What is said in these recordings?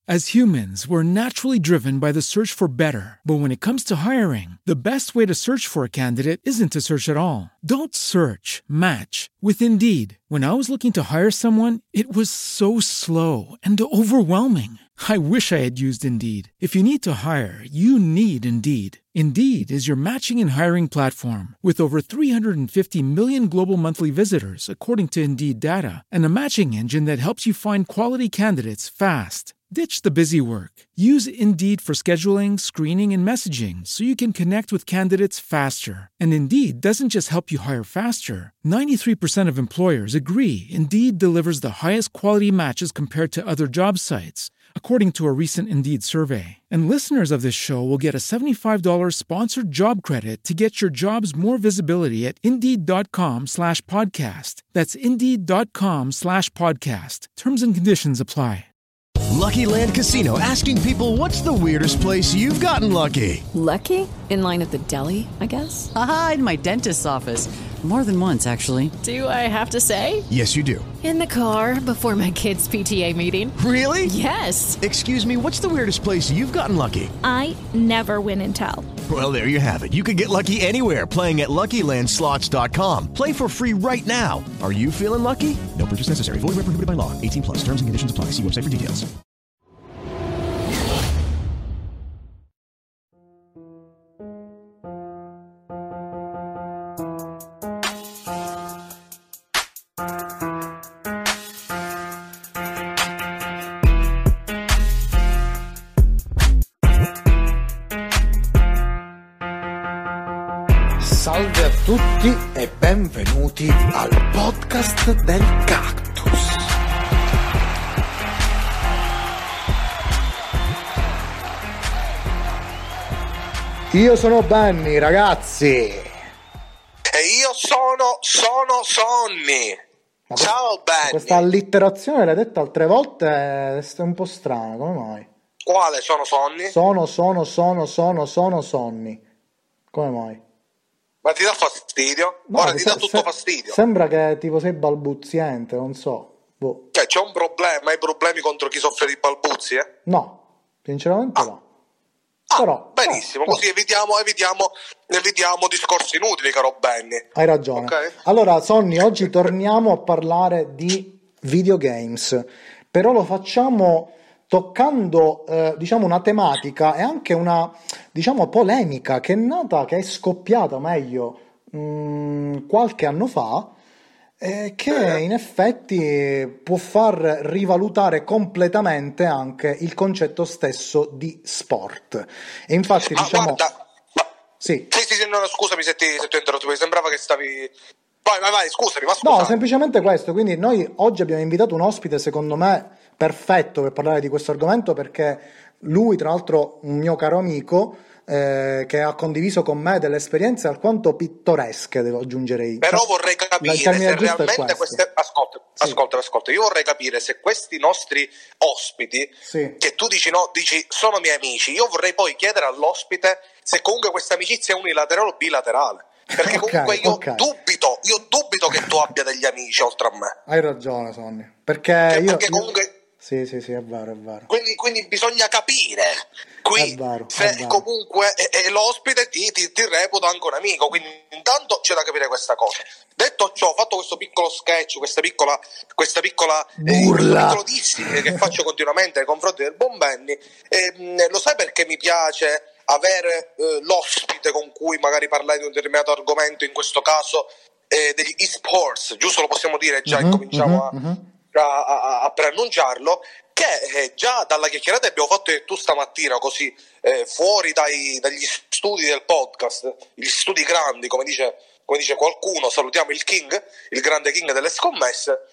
As humans, we're naturally driven by the search for better. But when it comes to hiring, the best way to search for a candidate isn't to search at all. Don't search, match with Indeed. When I was looking to hire someone, it was so slow and overwhelming. I wish I had used Indeed. If you need to hire, you need Indeed. Indeed is your matching and hiring platform with over 350 million global monthly visitors, according to Indeed data, and a matching engine that helps you find quality candidates fast. Ditch the busy work. Use Indeed for scheduling, screening, and messaging so you can connect with candidates faster. And Indeed doesn't just help you hire faster. 93% of employers agree Indeed delivers the highest quality matches compared to other job sites, according to a recent Indeed survey. And listeners of this show will get a $75 sponsored job credit to get your jobs more visibility at Indeed.com/podcast. That's Indeed.com/podcast. Terms and conditions apply. Lucky Land Casino, asking people, what's the weirdest place you've gotten lucky? Lucky? In line at the deli, I guess? Aha, in my dentist's office. More than once, actually. Do I have to say? Yes, you do. In the car before my kids' PTA meeting. Really? Yes. Excuse me, what's the weirdest place you've gotten lucky? I never win and tell. Well, there you have it. You can get lucky anywhere, playing at LuckyLandSlots.com. Play for free right now. Are you feeling lucky? No purchase necessary. Void where prohibited by law. 18+. Terms and conditions apply. See website for details. Salve a tutti e benvenuti al podcast del Cactus. Io sono Benny, ragazzi. E io sono Sonny. Ciao Benny. Questa allitterazione l'hai detta altre volte, è un po' strana, come mai? Quale sono Sonny? Sono Sonny. Come mai? Ma ti dà fastidio? No, ora ti dà tutto fastidio. Sembra che tipo sei balbuziente, non so. Boh. Cioè, c'è un problema? Hai problemi contro chi soffre di balbuzie? No, sinceramente no. Però, benissimo, così evitiamo discorsi inutili, caro Benny. Hai ragione. Okay? Allora, Sonny, oggi torniamo a parlare di videogames, però lo facciamo toccando diciamo una tematica e anche una diciamo polemica che è scoppiata meglio qualche anno fa, che in effetti può far rivalutare completamente anche il concetto stesso di sport. E infatti guarda, sì, no, scusami se ti ho interrotto, mi sembrava che stavi... Vai, scusami, ma no, semplicemente questo. Quindi noi oggi abbiamo invitato un ospite, secondo me perfetto per parlare di questo argomento, perché lui, tra l'altro, un mio caro amico, che ha condiviso con me delle esperienze alquanto pittoresche, devo aggiungere io. Però vorrei capire se realmente queste... Ascolta, io vorrei capire se questi nostri ospiti, sì, che tu dici sono miei amici, io vorrei poi chiedere all'ospite se comunque questa amicizia è unilaterale o bilaterale. Perché comunque io dubito che tu abbia degli amici oltre a me. Hai ragione, Sonny. Perché comunque... Sì, è vero. Quindi bisogna capire qui se comunque l'ospite ti reputa anche un amico. Quindi intanto c'è da capire questa cosa. Detto ciò, fatto questo piccolo sketch, questa piccola piccolo dissing che faccio continuamente nei confronti del buon Benny, lo sai perché mi piace avere l'ospite con cui magari parlare di un determinato argomento, in questo caso degli esports, giusto, lo possiamo dire già, incominciamo a preannunciarlo, che già dalla chiacchierata che abbiamo fatto io e tu stamattina, così fuori dagli studi del podcast, gli studi grandi, come dice qualcuno, salutiamo il grande King delle scommesse,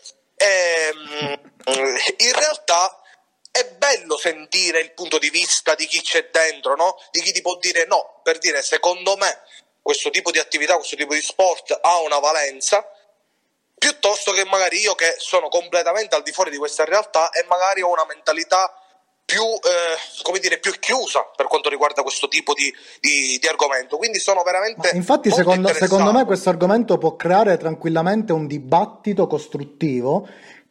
in realtà è bello sentire il punto di vista di chi c'è dentro, no? Di chi ti può dire no, per dire secondo me questo tipo di attività, questo tipo di sport ha una valenza, piuttosto che magari io che sono completamente al di fuori di questa realtà e magari ho una mentalità più chiusa per quanto riguarda questo tipo di argomento. Quindi sono veramente... Ma infatti secondo me questo argomento può creare tranquillamente un dibattito costruttivo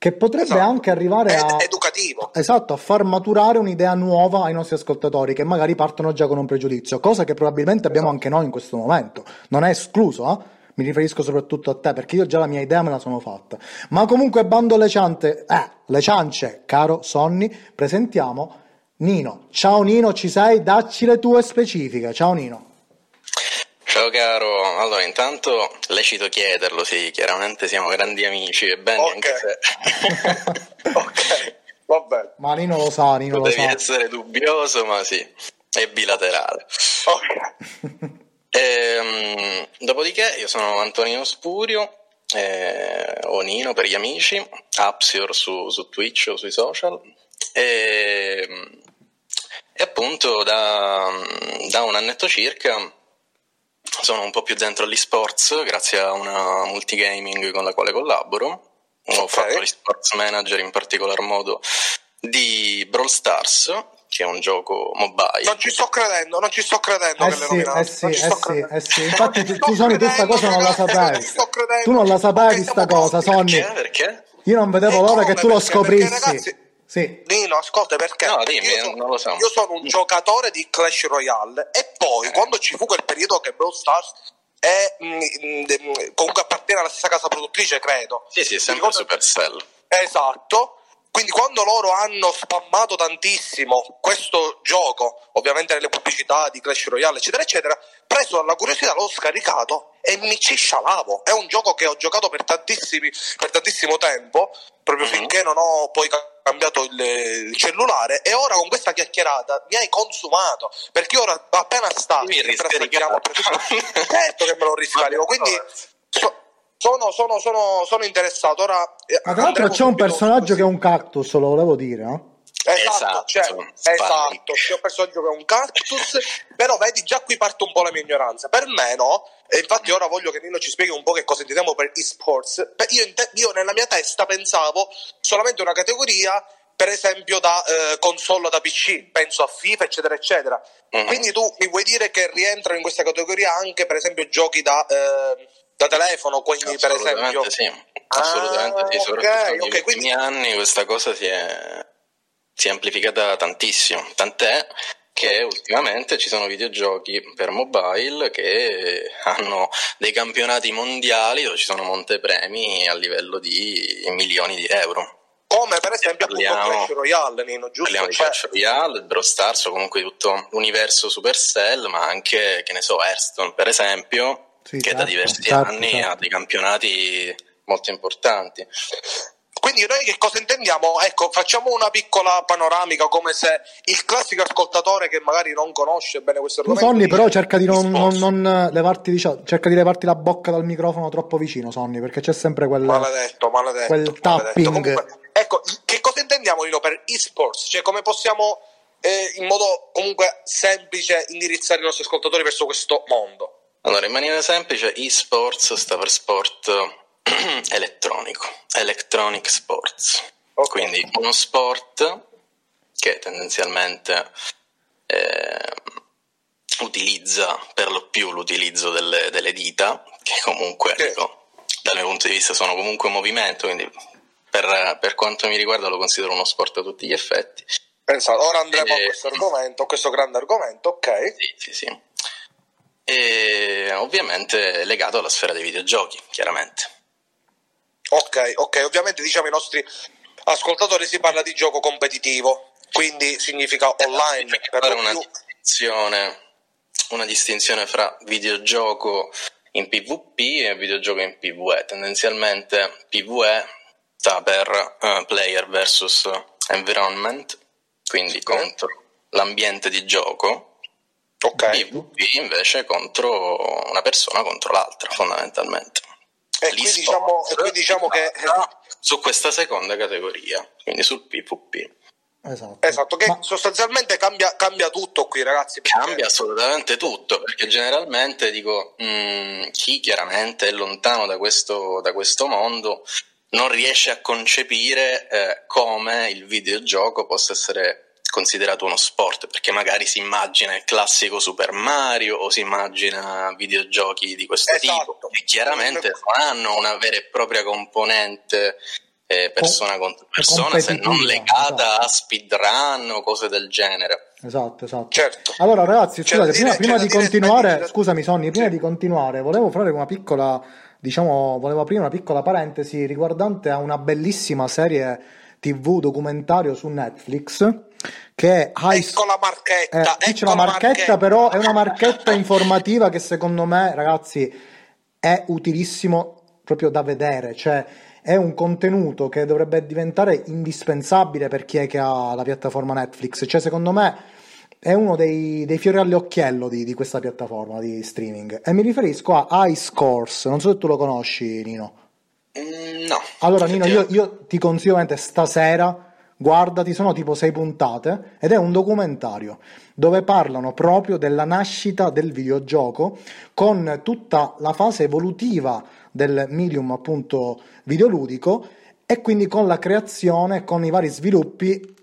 che potrebbe anche arrivare a educativo. Esatto, a far maturare un'idea nuova ai nostri ascoltatori che magari partono già con un pregiudizio, cosa che probabilmente abbiamo anche noi in questo momento. Non è escluso, Mi riferisco soprattutto a te, perché io già la mia idea me la sono fatta. Ma comunque, bando le ciance, caro Sonny, presentiamo Nino. Ciao Nino, ci sei? Dacci le tue specifiche. Ciao Nino. Ciao caro, allora intanto lecito chiederlo, sì, chiaramente siamo grandi amici, ebbene anche se... Ok, vabbè. Ma Nino lo sa, Devi essere dubbioso, ma sì, è bilaterale. Ok. Dopodiché io sono Antonino Spurio, o Nino per gli amici, Apsior su Twitch o sui social, e appunto da un annetto circa sono un po' più dentro agli sports grazie a una multigaming con la quale collaboro. Ho fatto l'eSports Manager in particolar modo di Brawl Stars, che è un gioco mobile. Non ci sto credendo che l'hai nominato. Sì. Infatti tu Sonny, tu sta cosa non la sapevi. Tu non la sapevi sta cosa, Sonny. Perché? Io non vedevo l'ora che tu lo scoprissi. Perché, ragazzi, sì. Nino, ascolta, perché? No, dimmi, non lo so. Io sono un giocatore di Clash Royale e poi quando ci fu quel periodo che Brawl Stars è comunque appartiene alla stessa casa produttrice, credo. Sì, sempre Supercell. Esatto. Quindi quando loro hanno spammato tantissimo questo gioco, ovviamente nelle pubblicità di Clash Royale, eccetera, eccetera, preso dalla curiosità l'ho scaricato e mi ci scialavo. È un gioco che ho giocato per tantissimo tempo, proprio finché non ho poi cambiato il cellulare, e ora con questa chiacchierata mi hai consumato, perché ora appena sta certo che me lo riscarico, quindi sono interessato ora. Ma tra l'altro c'è un personaggio che è un cactus, lo volevo dire, no? Esatto, c'è un personaggio che è un cactus, però vedi, già qui parte un po' la mia ignoranza. Per me no, e infatti ora voglio che Nino ci spieghi un po' che cosa intendiamo per eSports. Io nella mia testa pensavo solamente una categoria, per esempio da console da PC, penso a FIFA, eccetera, eccetera. Quindi tu mi vuoi dire che rientrano in questa categoria anche, per esempio, giochi da telefono, quindi per esempio... Sì. Assolutamente sì, soprattutto negli ultimi anni questa cosa si è amplificata tantissimo, tant'è che ultimamente ci sono videogiochi per mobile che hanno dei campionati mondiali dove ci sono montepremi a livello di milioni di euro. Come per esempio Clash Royale, Nino, giusto? Parliamo di Clash Royale, Brawl Stars, o comunque tutto l'universo Supercell, ma anche, che ne so, Hearthstone per esempio, che da diversi anni ha dei campionati molto importanti. Quindi noi che cosa intendiamo? Ecco, facciamo una piccola panoramica, come se il classico ascoltatore che magari non conosce bene questo argomento... Sonny, però cerca di non levarti, cerca di levarti la bocca dal microfono troppo vicino, Sonny, perché c'è sempre quel tapping. Comunque, ecco, che cosa intendiamo, Nino, per eSports? Cioè, come possiamo in modo comunque semplice indirizzare i nostri ascoltatori verso questo mondo? Allora, in maniera semplice, eSports sta per sport elettronico, electronic sports, quindi uno sport che tendenzialmente utilizza per lo più l'utilizzo delle dita, che comunque dal mio punto di vista sono comunque movimento, quindi per quanto mi riguarda lo considero uno sport a tutti gli effetti. Pensate, ora andremo a questo grande argomento, ok? Sì. E ovviamente legato alla sfera dei videogiochi, chiaramente. Ok, ovviamente diciamo ai nostri ascoltatori si parla di gioco competitivo, quindi significa online. Per fare una distinzione fra videogioco in PvP e videogioco in PvE. Tendenzialmente PvE sta per player versus environment, quindi contro l'ambiente di gioco. PvP invece contro una persona contro l'altra, fondamentalmente. E qui diciamo che su questa seconda categoria, quindi sul PvP. Esatto, che sostanzialmente cambia tutto qui, ragazzi. Cambia assolutamente tutto, perché generalmente chi chiaramente è lontano da questo mondo non riesce a concepire come il videogioco possa essere considerato uno sport, perché magari si immagina il classico Super Mario o si immagina videogiochi di questo tipo, che chiaramente non hanno una vera e propria componente persona contro persona, se non legata a speedrun o cose del genere. Esatto. Certo. Allora ragazzi, scusate, prima di continuare, scusami Sonny, prima di continuare volevo fare una piccola, volevo aprire una piccola parentesi riguardante a una bellissima serie TV documentario su Netflix che è ecco la marchetta, c'è la marchetta, però è una marchetta informativa che secondo me, ragazzi, è utilissimo proprio da vedere, cioè è un contenuto che dovrebbe diventare indispensabile per chi è che ha la piattaforma Netflix, cioè secondo me è uno dei fiori all'occhiello di questa piattaforma di streaming, e mi riferisco a Ice Course. Non so se tu lo conosci, Nino. No. Allora Nino, io ti consiglio veramente stasera, guardati, sono tipo 6 puntate ed è un documentario dove parlano proprio della nascita del videogioco con tutta la fase evolutiva del medium appunto videoludico, e quindi con la creazione, con i vari sviluppi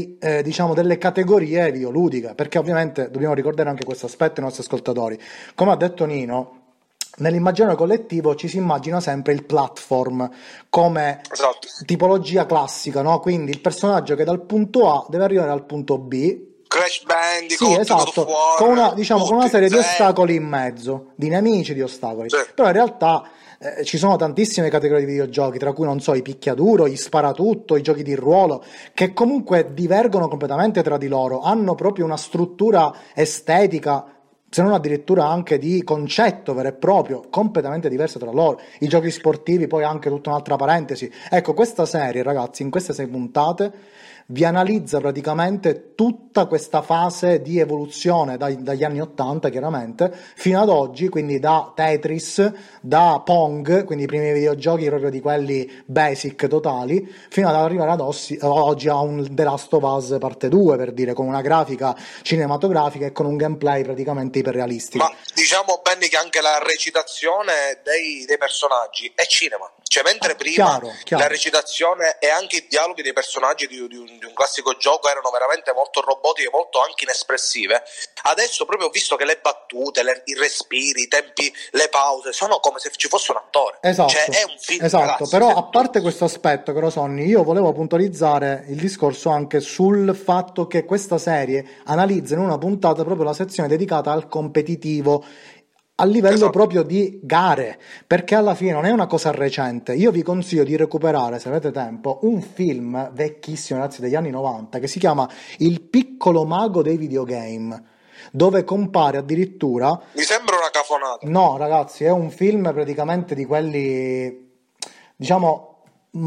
delle categorie videoludiche, perché ovviamente dobbiamo ricordare anche questo aspetto ai nostri ascoltatori. Come ha detto Nino, nell'immaginario collettivo ci si immagina sempre il platform come tipologia classica, no? Quindi il personaggio che dal punto A deve arrivare al punto B. Crash Bandicoot, sì, esatto, con una serie di ostacoli in mezzo, di nemici, di ostacoli. Sì. Però in realtà ci sono tantissime categorie di videogiochi, tra cui non so, i picchiaduro, gli sparatutto, i giochi di ruolo, che comunque divergono completamente tra di loro, hanno proprio una struttura estetica, se non addirittura anche di concetto vero e proprio, completamente diverso tra loro. I giochi sportivi poi anche tutta un'altra parentesi. Ecco, questa serie, ragazzi, in queste 6 puntate vi analizza praticamente tutta questa fase di evoluzione dagli anni 80 chiaramente fino ad oggi, quindi da Tetris, da Pong, quindi i primi videogiochi proprio di quelli basic totali, fino ad arrivare ad oggi a un The Last of Us parte 2, per dire, con una grafica cinematografica e con un gameplay praticamente iperrealistico. Ma diciamo, Benny, che anche la recitazione dei personaggi è cinema, cioè mentre prima chiaro. La recitazione e anche i dialoghi dei personaggi di un classico gioco erano veramente molto robotiche, molto anche inespressive, adesso proprio ho visto che le battute, i respiri, i tempi, le pause sono come se ci fosse un attore. Esatto, cioè è un film, esatto, ragazzi, però a parte questo aspetto, caro Sonny, io volevo puntualizzare il discorso anche sul fatto che questa serie analizza in una puntata proprio la sezione dedicata al competitivo a livello proprio di gare, perché alla fine non è una cosa recente. Io vi consiglio di recuperare, se avete tempo, un film vecchissimo, ragazzi, degli anni 90 che si chiama Il piccolo mago dei videogame, dove compare addirittura... Mi sembra una cafonata. No, ragazzi, è un film praticamente di quelli, diciamo,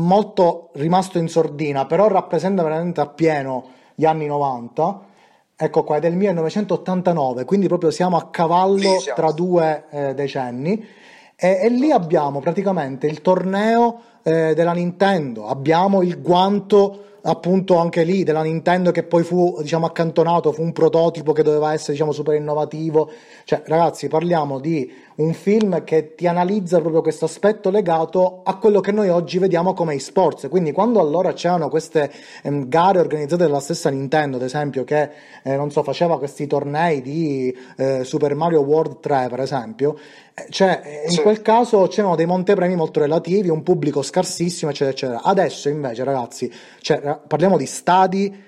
molto rimasto in sordina, però rappresenta veramente appieno gli anni 90. Ecco qua, è del 1989, quindi proprio siamo a cavallo tra 2 decenni, e lì abbiamo praticamente il torneo della Nintendo, abbiamo il guanto appunto anche lì della Nintendo che poi fu, diciamo, accantonato, fu un prototipo che doveva essere, diciamo, super innovativo. Cioè, ragazzi, parliamo di un film che ti analizza proprio questo aspetto legato a quello che noi oggi vediamo come eSports. Quindi quando allora c'erano queste gare organizzate dalla stessa Nintendo, ad esempio, che non so, faceva questi tornei di Super Mario World 3, per esempio, cioè in quel caso c'erano dei montepremi molto relativi, un pubblico scarsissimo, eccetera eccetera. Adesso invece, ragazzi, cioè, parliamo di stadi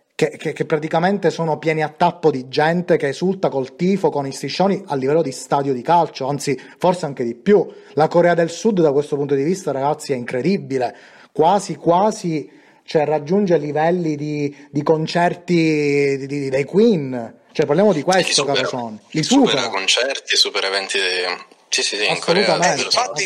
che praticamente sono pieni a tappo di gente che esulta col tifo, con i striscioni a livello di stadio di calcio, anzi forse anche di più. La Corea del Sud da questo punto di vista, ragazzi, è incredibile, quasi cioè raggiunge livelli di concerti dei Queen. Cioè parliamo di questo, caro Son. Li supera concerti, supera eventi. Sì, in Corea. Infatti,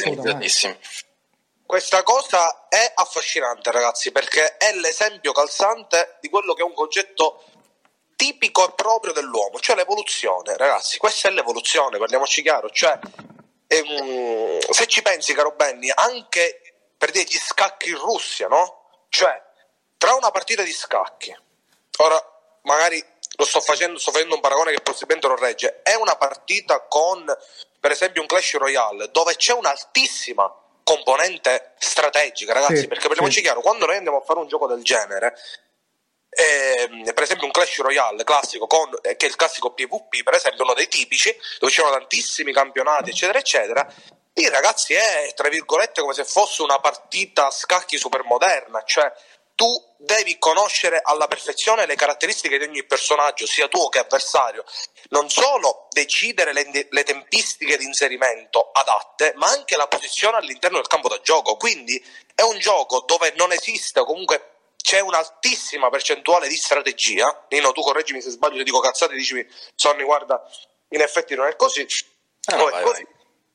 questa cosa è affascinante, ragazzi, perché è l'esempio calzante di quello che è un concetto tipico e proprio dell'uomo, cioè l'evoluzione, ragazzi. Questa è l'evoluzione, parliamoci chiaro. Cioè, se ci pensi, caro Benny, anche per dire gli scacchi in Russia, no? Cioè, tra una partita di scacchi, ora magari sto facendo un paragone che possibilmente non regge, è una partita con, per esempio, un Clash Royale dove c'è un'altissima componente strategica, ragazzi, sì, perché parliamoci chiaro, quando noi andiamo a fare un gioco del genere, per esempio un Clash Royale classico che è il classico PvP, per esempio, uno dei tipici, dove c'erano tantissimi campionati, eccetera eccetera, Lì, ragazzi, è tra virgolette come se fosse una partita a scacchi supermoderna, cioè tu devi conoscere alla perfezione le caratteristiche di ogni personaggio, sia tuo che avversario, non solo decidere le tempistiche di inserimento adatte, ma anche la posizione all'interno del campo da gioco. Quindi è un gioco dove non esiste, o comunque c'è un'altissima percentuale di strategia. Nino, tu correggimi se sbaglio, se dico cazzate, dicimi Sonny, guarda, in effetti non è così, Vai.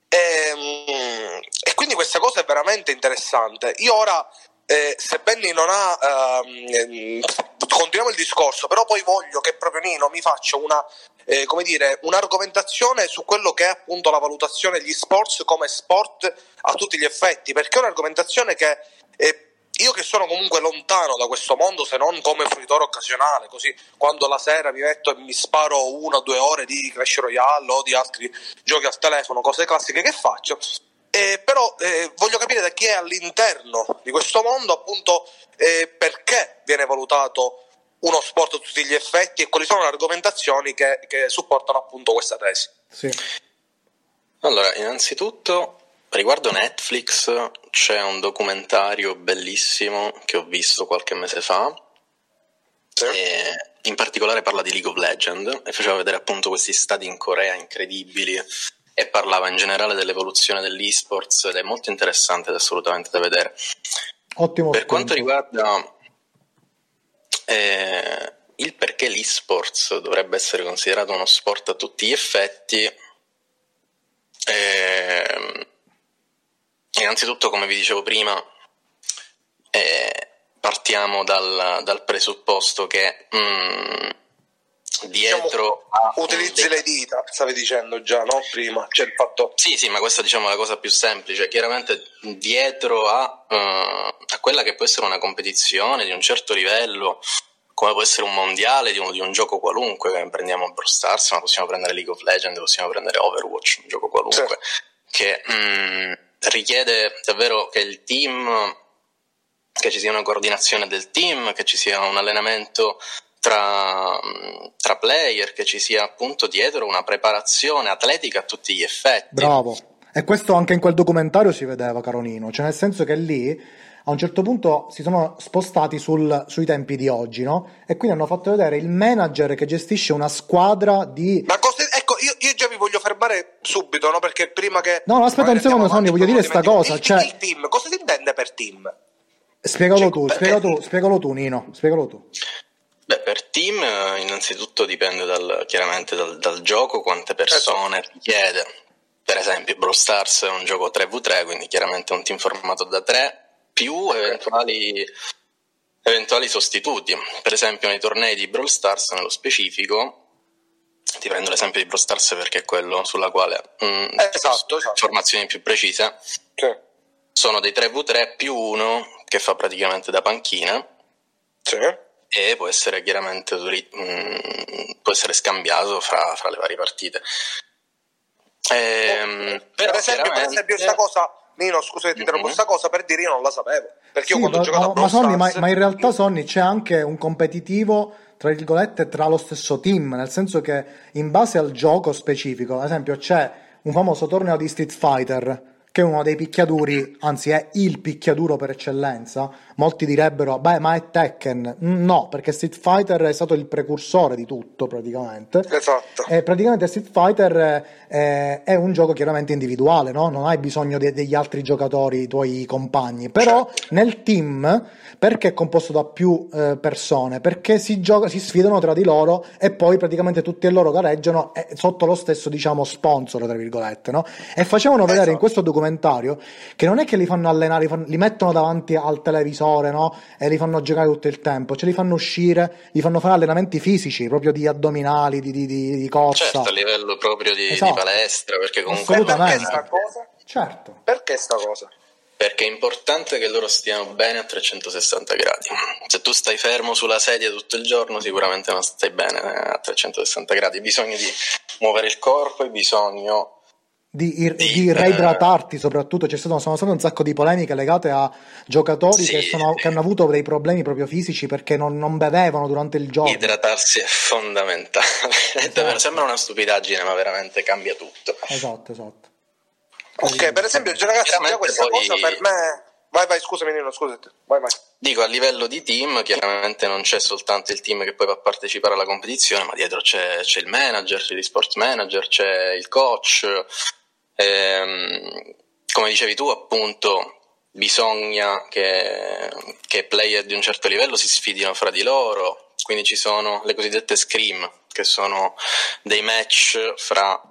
E quindi questa cosa è veramente interessante. Io ora, se Benny non ha, continuiamo il discorso, però poi voglio che proprio Nino mi faccia un'argomentazione su quello che è appunto la valutazione degli sports come sport a tutti gli effetti, perché è un'argomentazione che io, che sono comunque lontano da questo mondo, se non come fruitore occasionale, così quando la sera mi metto e mi sparo 1 o 2 ore di Clash Royale o di altri giochi al telefono, cose classiche che faccio, però voglio capire da chi è all'interno di questo mondo appunto perché viene valutato uno sport a tutti gli effetti e quali sono le argomentazioni che supportano appunto questa tesi. Sì. Allora, innanzitutto, riguardo Netflix c'è un documentario bellissimo che ho visto qualche mese fa, e in particolare parla di League of Legends e faceva vedere appunto questi stadi in Corea incredibili e parlava in generale dell'evoluzione dell'esports ed è molto interessante ed assolutamente da vedere. Ottimo. Per quanto riguarda il perché l'esports dovrebbe essere considerato uno sport a tutti gli effetti, innanzitutto, come vi dicevo prima, partiamo dal presupposto che dietro utilizzi le dita, stavi dicendo già, no? Prima c'è il fatto. Sì, ma questa diciamo è la cosa più semplice. Chiaramente dietro a quella che può essere una competizione di un certo livello, come può essere un mondiale di un gioco qualunque, prendiamo Brawl Stars, ma possiamo prendere League of Legends, possiamo prendere Overwatch, un gioco qualunque, che richiede davvero che il team, che ci sia una coordinazione del team, che ci sia un allenamento tra player, che ci sia appunto dietro una preparazione atletica a tutti gli effetti. Bravo. E questo anche in quel documentario si vedeva, caro Nino, cioè nel senso che lì a un certo punto si sono spostati sui tempi di oggi, no? E quindi hanno fatto vedere il manager che gestisce una squadra di... Ma ecco, io già vi voglio fermare subito, no? Perché prima che... No, aspetta un secondo, Sonny, voglio dire sta cosa. Il team, cosa si intende per team? Spiegalo tu, Nino, spiegalo tu. Beh, per team innanzitutto dipende chiaramente dal gioco, quante persone richiede. Per esempio Brawl Stars è un gioco 3v3, quindi chiaramente un team formato da 3 più eventuali sostituti. Per esempio nei tornei di Brawl Stars nello specifico, ti prendo l'esempio di Brawl Stars perché è quello sulla quale esatto. informazioni più precise, sono dei 3v3 più uno che fa praticamente da panchina, e può essere chiaramente può essere scambiato fra le varie partite. Per esempio questa cosa, Nino, scusa ti interrompo, questa cosa per dire io non la sapevo, perché io quando ho giocato a Brawl Stars... ma in realtà Sonny c'è anche un competitivo tra virgolette tra lo stesso team, nel senso che in base al gioco specifico, ad esempio c'è un famoso torneo di Street Fighter che è uno dei picchiaduri, anzi è il picchiaduro per eccellenza. Molti direbbero, beh, ma è Tekken. No, perché Street Fighter è stato il precursore di tutto, praticamente. Esatto. E praticamente Street Fighter è un gioco chiaramente individuale, no? Non hai bisogno degli altri giocatori, i tuoi compagni. Però nel team, perché è composto da più persone? Perché si sfidano tra di loro e poi praticamente tutti e loro gareggiano sotto lo stesso, diciamo, sponsor, tra virgolette, no? E facevano vedere in questo documentario che non è che li fanno allenare, li mettono davanti al televisore, no? E li fanno giocare tutto il tempo, li fanno uscire, li fanno fare allenamenti fisici, proprio di addominali, di corsa. Certo, a livello proprio di palestra, perché comunque... Assolutamente. Perché sta cosa? Certo. Perché sta cosa? Perché è importante che loro stiano bene a 360 gradi. Se tu stai fermo sulla sedia tutto il giorno, sicuramente non stai bene a 360 gradi. Hai bisogno di muovere il corpo, hai bisogno di reidratarti, soprattutto sono state un sacco di polemiche legate a giocatori che hanno avuto dei problemi proprio fisici perché non bevevano durante il gioco. Idratarsi è fondamentale. Davvero, sembra una stupidaggine, ma veramente cambia tutto. Esatto. Ok, per esempio, ragazzi, già questa cosa per me... Vai, scusami Nino, scusate. Vai. Dico, a livello di team, chiaramente non c'è soltanto il team che poi va a partecipare alla competizione, ma dietro c'è il manager, c'è gli sports manager, c'è il coach. Come dicevi tu, appunto, bisogna che player di un certo livello si sfidino fra di loro, quindi ci sono le cosiddette scrim, che sono dei match fra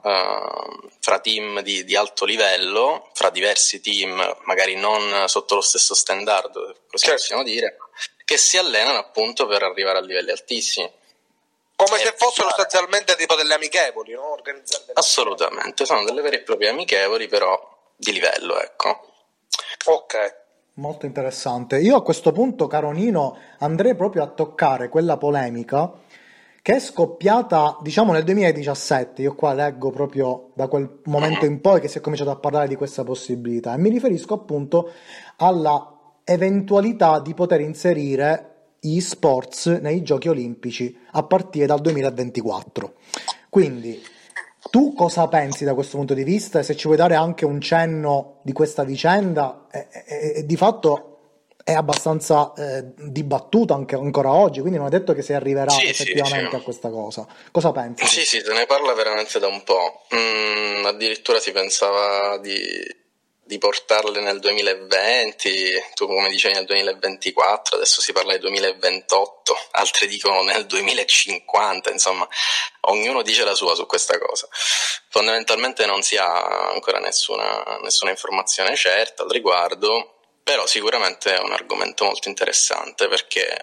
team di alto livello, fra diversi team, magari non sotto lo stesso standard, così possiamo dire, che si allenano appunto per arrivare a livelli altissimi. Come se fossero sostanzialmente tipo delle amichevoli, no? Organizzate. Assolutamente, sono delle vere e proprie amichevoli, però di livello, ecco. Ok. Molto interessante. Io a questo punto, caro Nino, andrei proprio a toccare quella polemica che è scoppiata, diciamo, nel 2017. Io qua leggo proprio da quel momento in poi che si è cominciato a parlare di questa possibilità, e mi riferisco appunto alla eventualità di poter inserire gli sports nei giochi olimpici a partire dal 2024. Quindi tu cosa pensi da questo punto di vista, e se ci vuoi dare anche un cenno di questa vicenda? Di fatto è abbastanza dibattuta anche ancora oggi, quindi non è detto che si arriverà effettivamente a questa cosa. Cosa pensi? Sì, se ne parla veramente da un po'. Addirittura si pensava di portarle nel 2020, tu come dicevi nel 2024, adesso si parla di 2028, altri dicono nel 2050, insomma, ognuno dice la sua su questa cosa. Fondamentalmente non si ha ancora nessuna informazione certa al riguardo, però sicuramente è un argomento molto interessante, perché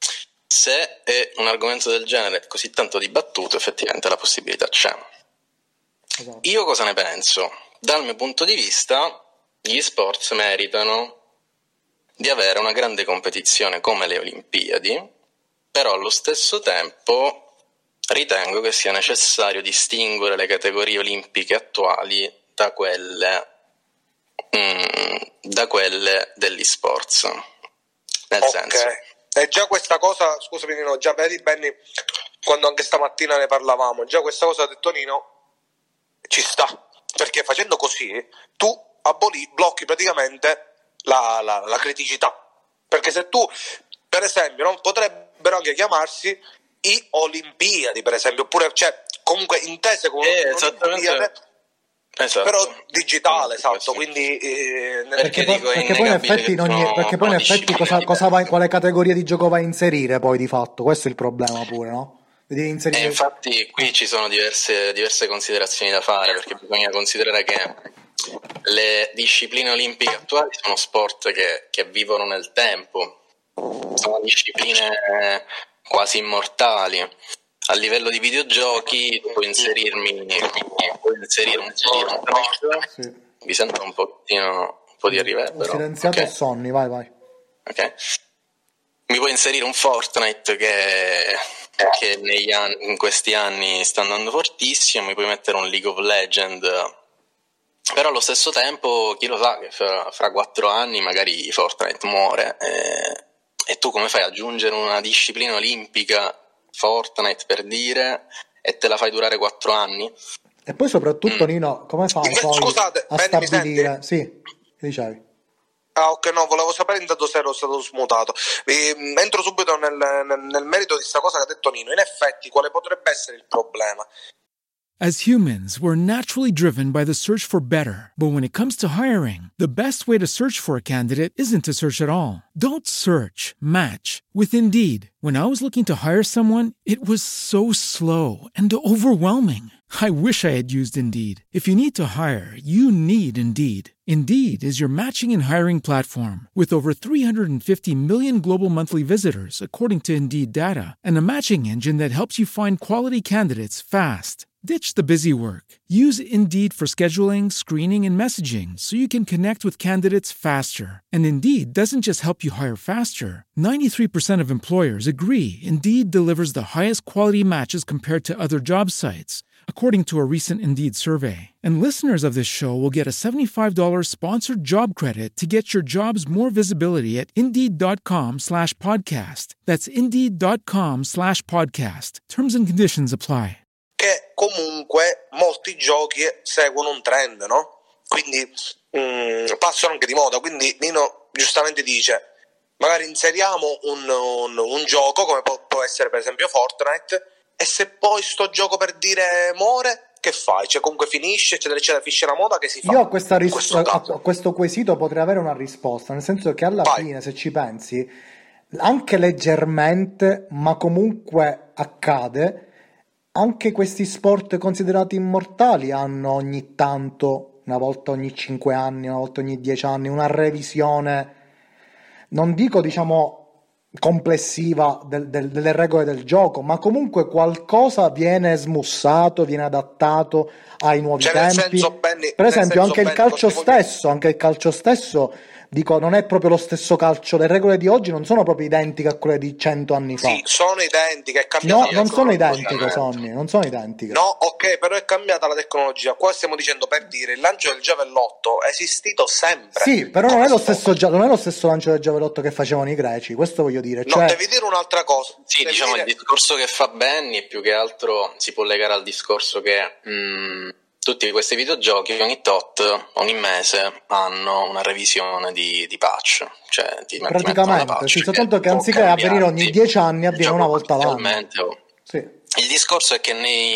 se è un argomento del genere così tanto dibattuto, effettivamente la possibilità c'è. Esatto. Io cosa ne penso? Dal mio punto di vista, gli sports meritano di avere una grande competizione come le Olimpiadi, però allo stesso tempo ritengo che sia necessario distinguere le categorie olimpiche attuali da quelle degli sports. Nel senso, e già questa cosa, scusami Nino, già vedi Benny, quando anche stamattina ne parlavamo, già questa cosa ha detto Nino ci sta, perché facendo così tu blocchi praticamente la criticità, perché se tu, per esempio, non potrebbero anche chiamarsi i Olimpiadi, per esempio, oppure, cioè, comunque intese come Olimpiadi, esatto, però digitale, esatto, quindi perché poi in effetti quale categoria di gioco vai a inserire poi di fatto, questo è il problema pure, no? E infatti qui ci sono diverse considerazioni da fare, perché bisogna considerare che le discipline olimpiche attuali sono sport che vivono nel tempo, sono discipline quasi immortali. A livello di videogiochi puoi inserire un Fortnite. Vi sento un po' di riverbero. Silenziato, okay. Sonni, vai. Ok. Mi puoi inserire un Fortnite che in questi anni sta andando fortissimo, mi puoi mettere un League of Legends, però allo stesso tempo chi lo sa che fra 4 anni magari Fortnite muore, e tu come fai ad aggiungere una disciplina olimpica, Fortnite per dire, e te la fai durare 4 anni? E poi soprattutto Nino, come fai poi scusate, a stabilire? Sì, che dicevi? Ah, ok, no, volevo sapere intanto se ero stato smutato. Entro subito nel merito di questa cosa che ha detto Nino. In effetti, quale potrebbe essere il problema? As humans, we're naturally driven by the search for better. But when it comes to hiring, the best way to search for a candidate isn't to search at all. Don't search, match with Indeed. When I was looking to hire someone, it was so slow and overwhelming. I wish I had used Indeed. If you need to hire, you need Indeed. Indeed is your matching and hiring platform with over 350 million global monthly visitors, according to Indeed data, and a matching engine that helps you find quality candidates fast. Ditch the busy work. Use Indeed for scheduling, screening, and messaging so you can connect with candidates faster. And Indeed doesn't just help you hire faster. 93% of employers agree Indeed delivers the highest quality matches compared to other job sites, according to a recent Indeed survey. And listeners of this show will get a $75 sponsored job credit to get your jobs more visibility at Indeed.com/podcast. That's Indeed.com/podcast. Terms and conditions apply. Che comunque molti giochi seguono un trend, no? quindi passano anche di moda. Quindi Nino giustamente dice, magari inseriamo un gioco come può essere per esempio Fortnite, e se poi sto gioco per dire muore, che fai? Cioè comunque finisce, eccetera eccetera, finisce la moda, che si fa? Io a questo quesito potrei avere una risposta, nel senso che alla fine, se ci pensi, anche leggermente, ma comunque accade, anche questi sport considerati immortali hanno ogni tanto, una volta ogni 5 anni, una volta ogni 10 anni, una revisione, non dico diciamo complessiva delle regole del gioco, ma comunque qualcosa viene smussato, viene adattato ai nuovi tempi. Per esempio anche il calcio stesso, dico, non è proprio lo stesso calcio, le regole di oggi non sono proprio identiche a quelle di 100 anni fa. Sì, sono identiche, è cambiata. No, non sono identiche, Sonny, non sono identiche. No, ok, però è cambiata la tecnologia. Qua stiamo dicendo, per dire, il lancio del giavellotto è esistito sempre. Sì, però non è lo stesso lancio del giavellotto che facevano i greci, questo voglio dire. No, devi dire un'altra cosa. Sì, diciamo il discorso che fa Benny è più che altro si può legare al discorso che tutti questi videogiochi ogni mese hanno una revisione di patch, cioè praticamente, sì, soltanto che anziché avvenire ogni 10 anni avviene una volta l'anno. Sì. Il discorso è che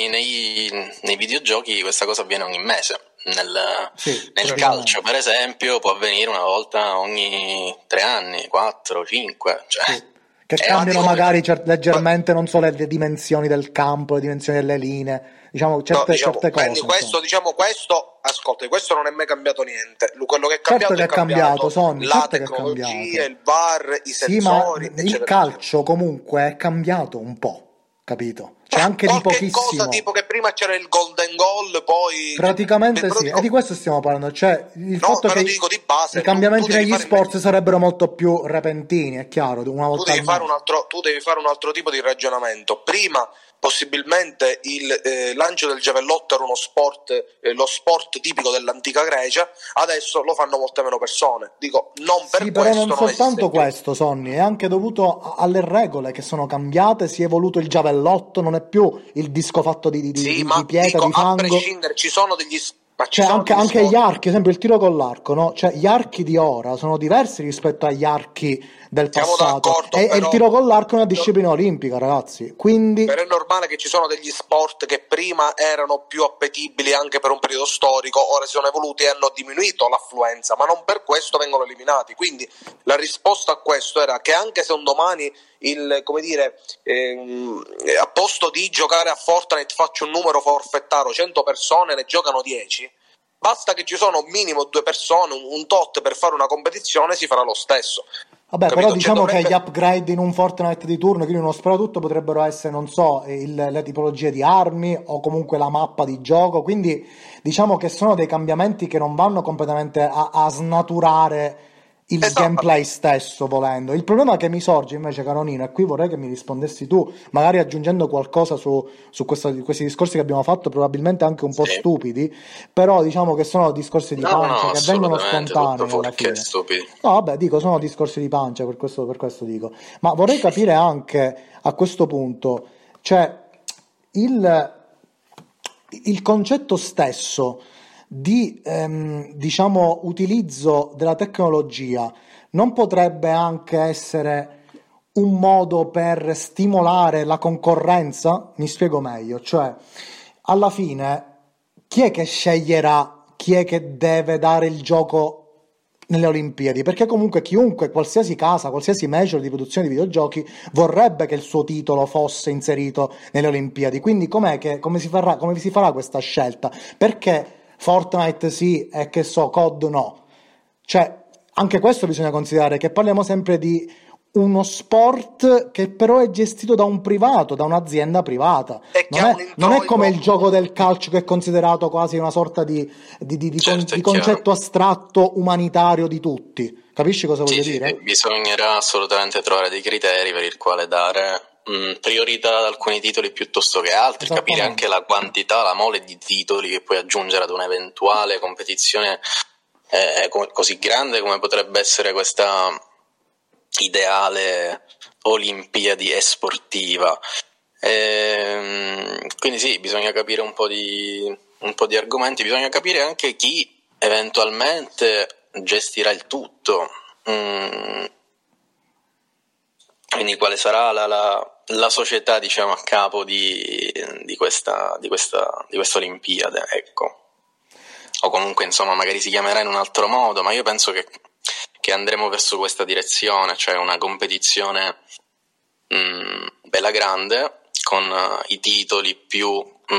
nei videogiochi questa cosa avviene ogni mese. Nel calcio, per esempio, può avvenire una volta ogni 3 anni, 4, 5, cioè. Sì. Che cambiano magari leggermente, non so, le dimensioni del campo, le dimensioni delle linee, certe cose. Questo non è mai cambiato niente. Quello che è cambiato è cambiato, Sonny, la tecnologia, il VAR, i sensori. Ma il calcio comunque è cambiato un po', capito? C'è anche di pochissimo. Cosa tipo che prima c'era il golden goal, poi praticamente sì, e di questo stiamo parlando, cioè il fatto che di base, i cambiamenti negli sport sarebbero molto più repentini, è chiaro, una volta tu devi fare un altro tipo di ragionamento. Prima possibilmente il lancio del giavellotto era uno sport, lo sport tipico dell'antica Grecia, adesso lo fanno molte meno persone. Dico, non per sì, questo. Però non soltanto questo, Sonny, è anche dovuto alle regole che sono cambiate, si è evoluto il giavellotto, non è più il disco fatto di pietra, di fango. A prescindere, ci sono degli cioè anche gli archi, ad esempio il tiro con l'arco, no? Cioè gli archi di ora sono diversi rispetto agli archi del passato, e il tiro con l'arco è una disciplina olimpica, ragazzi, quindi però è normale che ci sono degli sport che prima erano più appetibili anche per un periodo storico, ora si sono evoluti e hanno diminuito l'affluenza, ma non per questo vengono eliminati. Quindi la risposta a questo era che anche se un domani a posto di giocare a Fortnite faccio un numero forfettario, 100 persone ne giocano 10, basta che ci sono minimo 2 persone, un tot per fare una competizione, si farà lo stesso. Vabbè, capito? Però diciamo che gli upgrade in un Fortnite di turno, quindi uno sparatutto, potrebbero essere, non so, le tipologie di armi o comunque la mappa di gioco, quindi diciamo che sono dei cambiamenti che non vanno completamente a snaturare il gameplay stesso, volendo. Il problema che mi sorge invece, caro Nino, e qui vorrei che mi rispondessi tu, magari aggiungendo qualcosa su questi discorsi che abbiamo fatto, probabilmente anche un po' stupidi, però diciamo che sono discorsi di pancia che vengono spontanei alla fine. Stupidi. No, vabbè, dico, sono discorsi di pancia, per questo dico. Ma vorrei capire anche a questo punto, cioè il concetto stesso di diciamo utilizzo della tecnologia non potrebbe anche essere un modo per stimolare la concorrenza? Mi spiego meglio, cioè alla fine chi è che sceglierà chi è che deve dare il gioco nelle Olimpiadi? Perché comunque chiunque, qualsiasi casa, qualsiasi major di produzione di videogiochi vorrebbe che il suo titolo fosse inserito nelle Olimpiadi, quindi come si farà questa scelta? Perché Fortnite sì e che so, COD no? Cioè anche questo bisogna considerare, che parliamo sempre di uno sport che però è gestito da un privato, da un'azienda privata, non è come il gioco del calcio che è considerato quasi una sorta di concetto astratto umanitario di tutti. Capisci cosa voglio dire? Sì, bisognerà assolutamente trovare dei criteri per il quale dare priorità ad alcuni titoli piuttosto che altri, capire anche la quantità, la mole di titoli che puoi aggiungere ad un'eventuale competizione così grande come potrebbe essere questa ideale Olimpiadi esportiva. Quindi sì, bisogna capire un po' di argomenti, bisogna capire anche chi eventualmente gestirà il tutto. Quindi quale sarà la società, diciamo, a capo di questa Olimpiade, ecco. O comunque, insomma, magari si chiamerà in un altro modo, ma io penso che andremo verso questa direzione, cioè una competizione bella grande, con i titoli più